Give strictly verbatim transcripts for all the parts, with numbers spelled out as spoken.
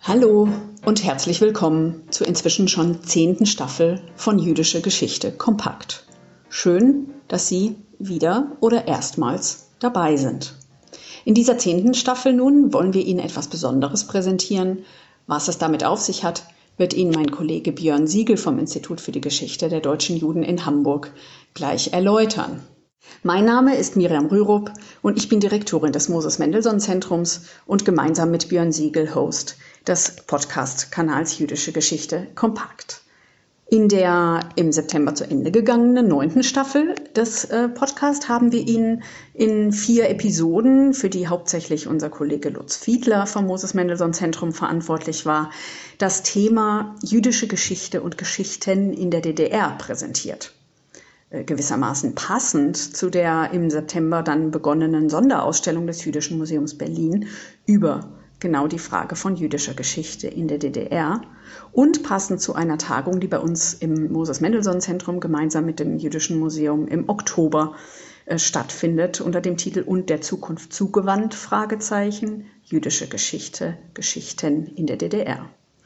Hallo und herzlich willkommen zur inzwischen schon zehnten Staffel von Jüdische Geschichte kompakt. Schön, dass Sie wieder oder erstmals dabei sind. In dieser zehnten Staffel nun wollen wir Ihnen etwas Besonderes präsentieren. Was es damit auf sich hat, wird Ihnen mein Kollege Björn Siegel vom Institut für die Geschichte der deutschen Juden in Hamburg gleich erläutern. Mein Name ist Miriam Rürup und ich bin Direktorin des Moses-Mendelssohn-Zentrums und gemeinsam mit Björn Siegel Host des Podcast-Kanals Jüdische Geschichte kompakt. In der im September zu Ende gegangenen neunten Staffel des äh, Podcasts haben wir Ihnen in vier Episoden, für die hauptsächlich unser Kollege Lutz Fiedler vom Moses-Mendelssohn-Zentrum verantwortlich war, das Thema jüdische Geschichte und Geschichten in der D D R präsentiert. Äh, gewissermaßen passend zu der im September dann begonnenen Sonderausstellung des Jüdischen Museums Berlin über genau die Frage von jüdischer Geschichte in der D D R und passend zu einer Tagung, die bei uns im Moses-Mendelssohn-Zentrum gemeinsam mit dem Jüdischen Museum im Oktober äh, stattfindet unter dem Titel Und der Zukunft zugewandt, Fragezeichen, jüdische Geschichte, Geschichten in der D D R.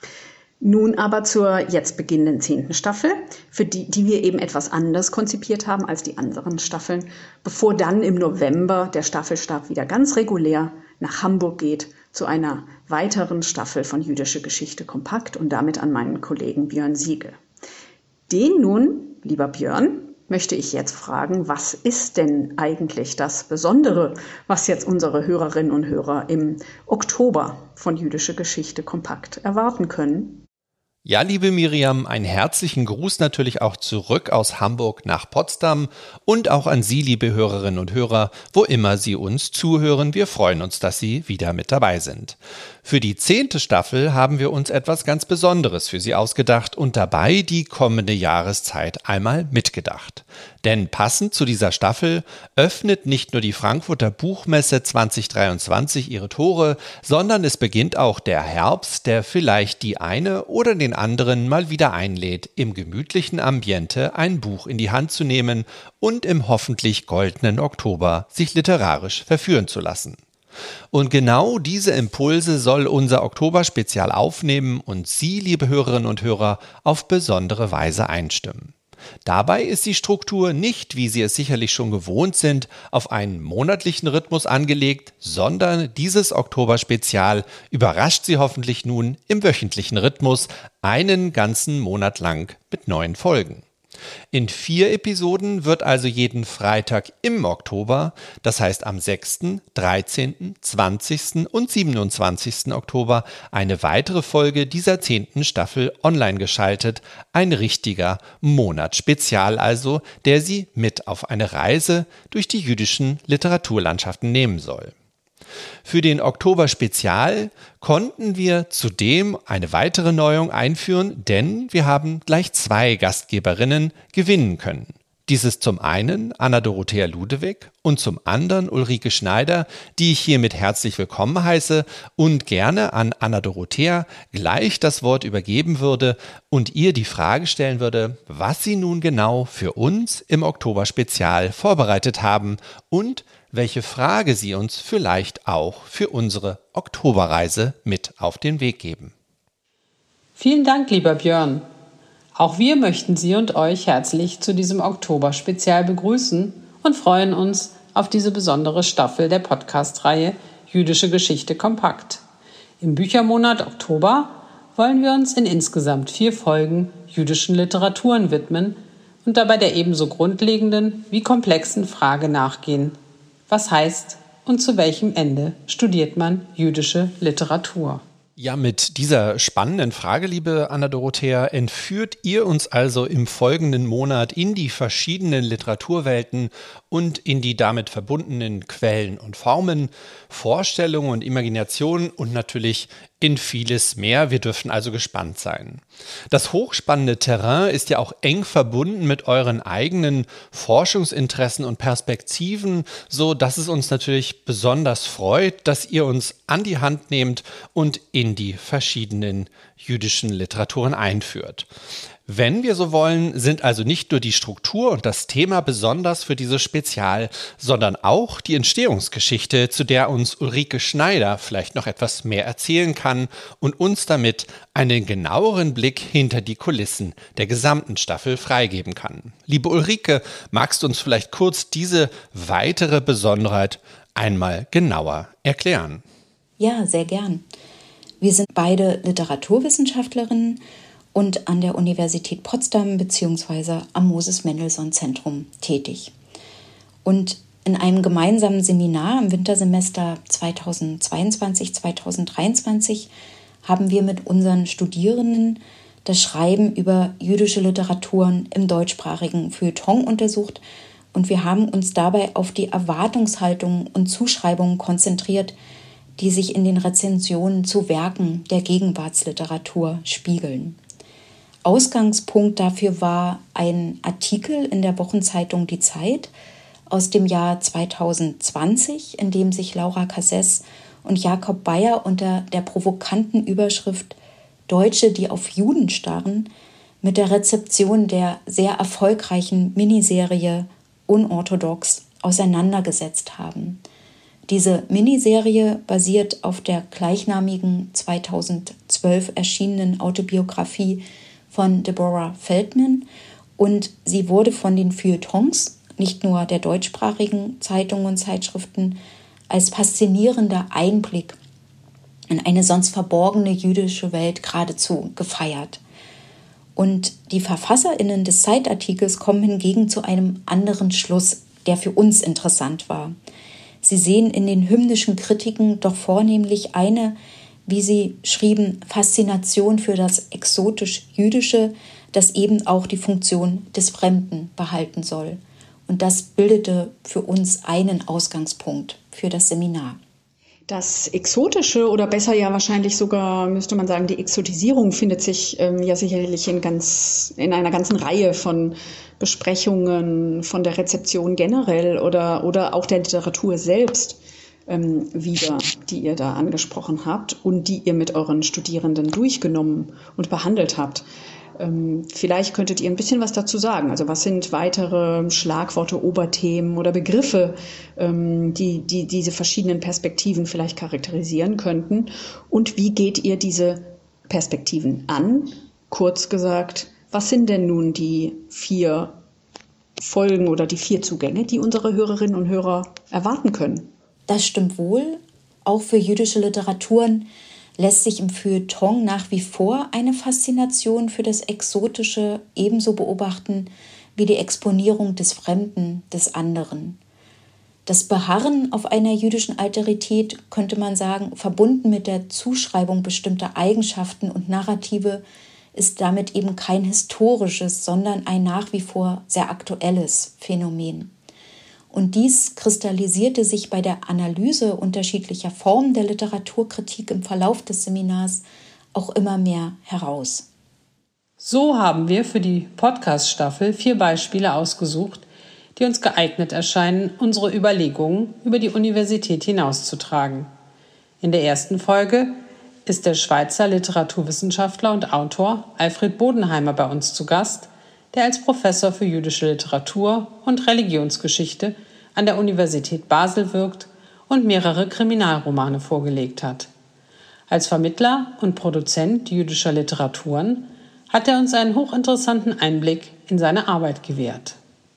Nun aber zur jetzt beginnenden zehnten Staffel, für die, die wir eben etwas anders konzipiert haben als die anderen Staffeln, bevor dann im November der Staffelstab wieder ganz regulär nach Hamburg geht zu einer weiteren Staffel von Jüdische Geschichte kompakt und damit an meinen Kollegen Björn Siegel. Den nun, lieber Björn, möchte ich jetzt fragen, was ist denn eigentlich das Besondere, was jetzt unsere Hörerinnen und Hörer im Oktober von Jüdische Geschichte kompakt erwarten können? Ja, liebe Miriam, einen herzlichen Gruß natürlich auch zurück aus Hamburg nach Potsdam und auch an Sie, liebe Hörerinnen und Hörer, wo immer Sie uns zuhören. Wir freuen uns, dass Sie wieder mit dabei sind. Für die zehnte Staffel haben wir uns etwas ganz Besonderes für Sie ausgedacht und dabei die kommende Jahreszeit einmal mitgedacht. Denn passend zu dieser Staffel öffnet nicht nur die Frankfurter Buchmesse zwanzig dreiundzwanzig ihre Tore, sondern es beginnt auch der Herbst, der vielleicht die eine oder den anderen mal wieder einlädt, im gemütlichen Ambiente ein Buch in die Hand zu nehmen und im hoffentlich goldenen Oktober sich literarisch verführen zu lassen. Und genau diese Impulse soll unser Oktober-Spezial aufnehmen und Sie, liebe Hörerinnen und Hörer, auf besondere Weise einstimmen. Dabei ist die Struktur nicht, wie Sie es sicherlich schon gewohnt sind, auf einen monatlichen Rhythmus angelegt, sondern dieses Oktober-Spezial überrascht Sie hoffentlich nun im wöchentlichen Rhythmus einen ganzen Monat lang mit neuen Folgen. In vier Episoden wird also jeden Freitag im Oktober, das heißt am sechsten, dreizehnten, zwanzigsten und siebenundzwanzigsten Oktober, eine weitere Folge dieser zehnten Staffel online geschaltet. Ein richtiger Monatsspezial also, der Sie mit auf eine Reise durch die jüdischen Literaturlandschaften nehmen soll. Für den Oktober-Spezial konnten wir zudem eine weitere Neuerung einführen, denn wir haben gleich zwei Gastgeberinnen gewinnen können. Dies ist zum einen Anna-Dorothea Ludewig und zum anderen Ulrike Schneider, die ich hiermit herzlich willkommen heiße und gerne an Anna-Dorothea gleich das Wort übergeben würde und ihr die Frage stellen würde, was sie nun genau für uns im Oktober-Spezial vorbereitet haben und welche Frage Sie uns vielleicht auch für unsere Oktoberreise mit auf den Weg geben. Vielen Dank, lieber Björn. Auch wir möchten Sie und euch herzlich zu diesem Oktober-Spezial begrüßen und freuen uns auf diese besondere Staffel der Podcast-Reihe Jüdische Geschichte kompakt. Im Büchermonat Oktober wollen wir uns in insgesamt vier Folgen jüdischen Literaturen widmen und dabei der ebenso grundlegenden wie komplexen Frage nachgehen: Was heißt und zu welchem Ende studiert man jüdische Literatur? Ja, mit dieser spannenden Frage, liebe Anna-Dorothea, entführt ihr uns also im folgenden Monat in die verschiedenen Literaturwelten und in die damit verbundenen Quellen und Formen, Vorstellungen und Imaginationen und natürlich in vieles mehr. Wir dürfen also gespannt sein. Das hochspannende Terrain ist ja auch eng verbunden mit euren eigenen Forschungsinteressen und Perspektiven, so dass es uns natürlich besonders freut, dass ihr uns an die Hand nehmt und in in die verschiedenen jüdischen Literaturen einführt. Wenn wir so wollen, sind also nicht nur die Struktur und das Thema besonders für dieses Spezial, sondern auch die Entstehungsgeschichte, zu der uns Ulrike Schneider vielleicht noch etwas mehr erzählen kann und uns damit einen genaueren Blick hinter die Kulissen der gesamten Staffel freigeben kann. Liebe Ulrike, magst du uns vielleicht kurz diese weitere Besonderheit einmal genauer erklären? Ja, sehr gern. Wir sind beide Literaturwissenschaftlerinnen und an der Universität Potsdam bzw. am Moses-Mendelssohn-Zentrum tätig. Und in einem gemeinsamen Seminar im Wintersemester zweitausendzweiundzwanzig zweitausenddreiundzwanzig haben wir mit unseren Studierenden das Schreiben über jüdische Literaturen im deutschsprachigen Feuilleton untersucht und wir haben uns dabei auf die Erwartungshaltungen und Zuschreibungen konzentriert, die sich in den Rezensionen zu Werken der Gegenwartsliteratur spiegeln. Ausgangspunkt dafür war ein Artikel in der Wochenzeitung Die Zeit aus dem Jahr zweitausendzwanzig, in dem sich Laura Cassés und Jakob Beyer unter der provokanten Überschrift »Deutsche, die auf Juden starren« mit der Rezeption der sehr erfolgreichen Miniserie »Unorthodox« auseinandergesetzt haben. Diese Miniserie basiert auf der gleichnamigen zweitausendzwölf erschienenen Autobiografie von Deborah Feldman und sie wurde von den Feuilletons, nicht nur der deutschsprachigen Zeitungen und Zeitschriften, als faszinierender Einblick in eine sonst verborgene jüdische Welt geradezu gefeiert. Und die VerfasserInnen des Zeitartikels kommen hingegen zu einem anderen Schluss, der für uns interessant war. Sie sehen in den hymnischen Kritiken doch vornehmlich eine, wie sie schrieben, Faszination für das exotisch-jüdische, das eben auch die Funktion des Fremden behalten soll. Und das bildete für uns einen Ausgangspunkt für das Seminar. Das Exotische oder besser ja wahrscheinlich sogar, müsste man sagen, die Exotisierung findet sich ähm, ja sicherlich in, ganz, in einer ganzen Reihe von Besprechungen, von der Rezeption generell oder, oder auch der Literatur selbst ähm, wieder, die ihr da angesprochen habt und die ihr mit euren Studierenden durchgenommen und behandelt habt. Ähm, vielleicht könntet ihr ein bisschen was dazu sagen. Also was sind weitere Schlagworte, Oberthemen oder Begriffe, ähm, die, die diese verschiedenen Perspektiven vielleicht charakterisieren könnten? Und wie geht ihr diese Perspektiven an? Kurz gesagt, was sind denn nun die vier Folgen oder die vier Zugänge, die unsere Hörerinnen und Hörer erwarten können? Das stimmt wohl. Auch für jüdische Literaturen lässt sich im Feuilleton nach wie vor eine Faszination für das Exotische ebenso beobachten wie die Exponierung des Fremden, des anderen. Das Beharren auf einer jüdischen Alterität, könnte man sagen, verbunden mit der Zuschreibung bestimmter Eigenschaften und Narrative, ist damit eben kein historisches, sondern ein nach wie vor sehr aktuelles Phänomen. Und dies kristallisierte sich bei der Analyse unterschiedlicher Formen der Literaturkritik im Verlauf des Seminars auch immer mehr heraus. So haben wir für die Podcast-Staffel vier Beispiele ausgesucht, die uns geeignet erscheinen, unsere Überlegungen über die Universität hinauszutragen. In der ersten Folge ist der Schweizer Literaturwissenschaftler und Autor Alfred Bodenheimer bei uns zu Gast, der als Professor für jüdische Literatur und Religionsgeschichte an der Universität Basel wirkt und mehrere Kriminalromane vorgelegt hat. Als Vermittler und Produzent jüdischer Literaturen hat er uns einen hochinteressanten Einblick in seine Arbeit gewährt.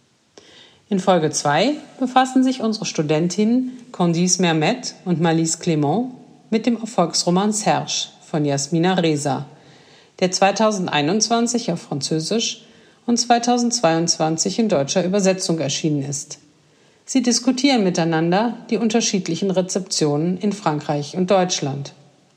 In Folge zwei befassen sich unsere Studentinnen Candice Mermet und Malise Clément mit dem Erfolgsroman Serge von Jasmina Reza, der zweitausendeinundzwanzig auf Französisch und zweitausendzweiundzwanzig in deutscher Übersetzung erschienen ist. Sie diskutieren miteinander die unterschiedlichen Rezeptionen in Frankreich und Deutschland.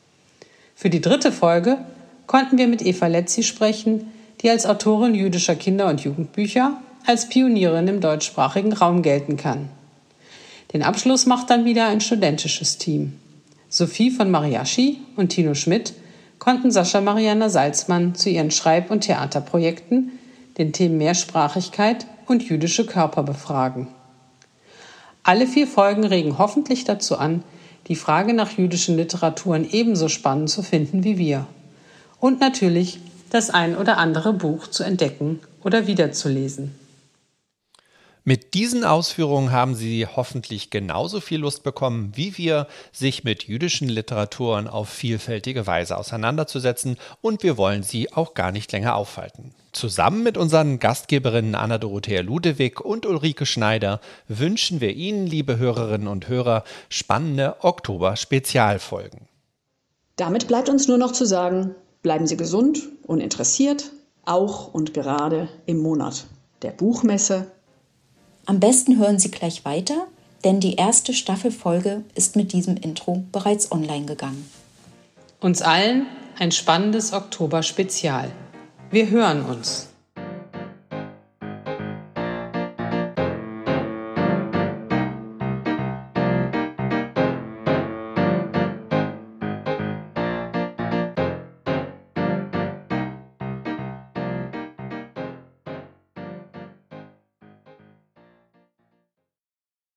Für die dritte Folge konnten wir mit Eva Letzi sprechen, die als Autorin jüdischer Kinder- und Jugendbücher als Pionierin im deutschsprachigen Raum gelten kann. Den Abschluss macht dann wieder ein studentisches Team. Sophie von Mariaschi und Tino Schmidt konnten Sascha Mariana Salzmann zu ihren Schreib- und Theaterprojekten, den Themen Mehrsprachigkeit und jüdische Körper befragen. Alle vier Folgen regen hoffentlich dazu an, die Frage nach jüdischen Literaturen ebenso spannend zu finden wie wir. Und natürlich das ein oder andere Buch zu entdecken oder wiederzulesen. Mit diesen Ausführungen haben Sie hoffentlich genauso viel Lust bekommen, wie wir, sich mit jüdischen Literaturen auf vielfältige Weise auseinanderzusetzen, und wir wollen Sie auch gar nicht länger aufhalten. Zusammen mit unseren Gastgeberinnen Anna-Dorothea Ludewig und Ulrike Schneider wünschen wir Ihnen, liebe Hörerinnen und Hörer, spannende Oktober-Spezialfolgen. Damit bleibt uns nur noch zu sagen, bleiben Sie gesund und interessiert, auch und gerade im Monat der Buchmesse. Am besten hören Sie gleich weiter, denn die erste Staffelfolge ist mit diesem Intro bereits online gegangen. Uns allen ein spannendes Oktober-Spezial. Wir hören uns.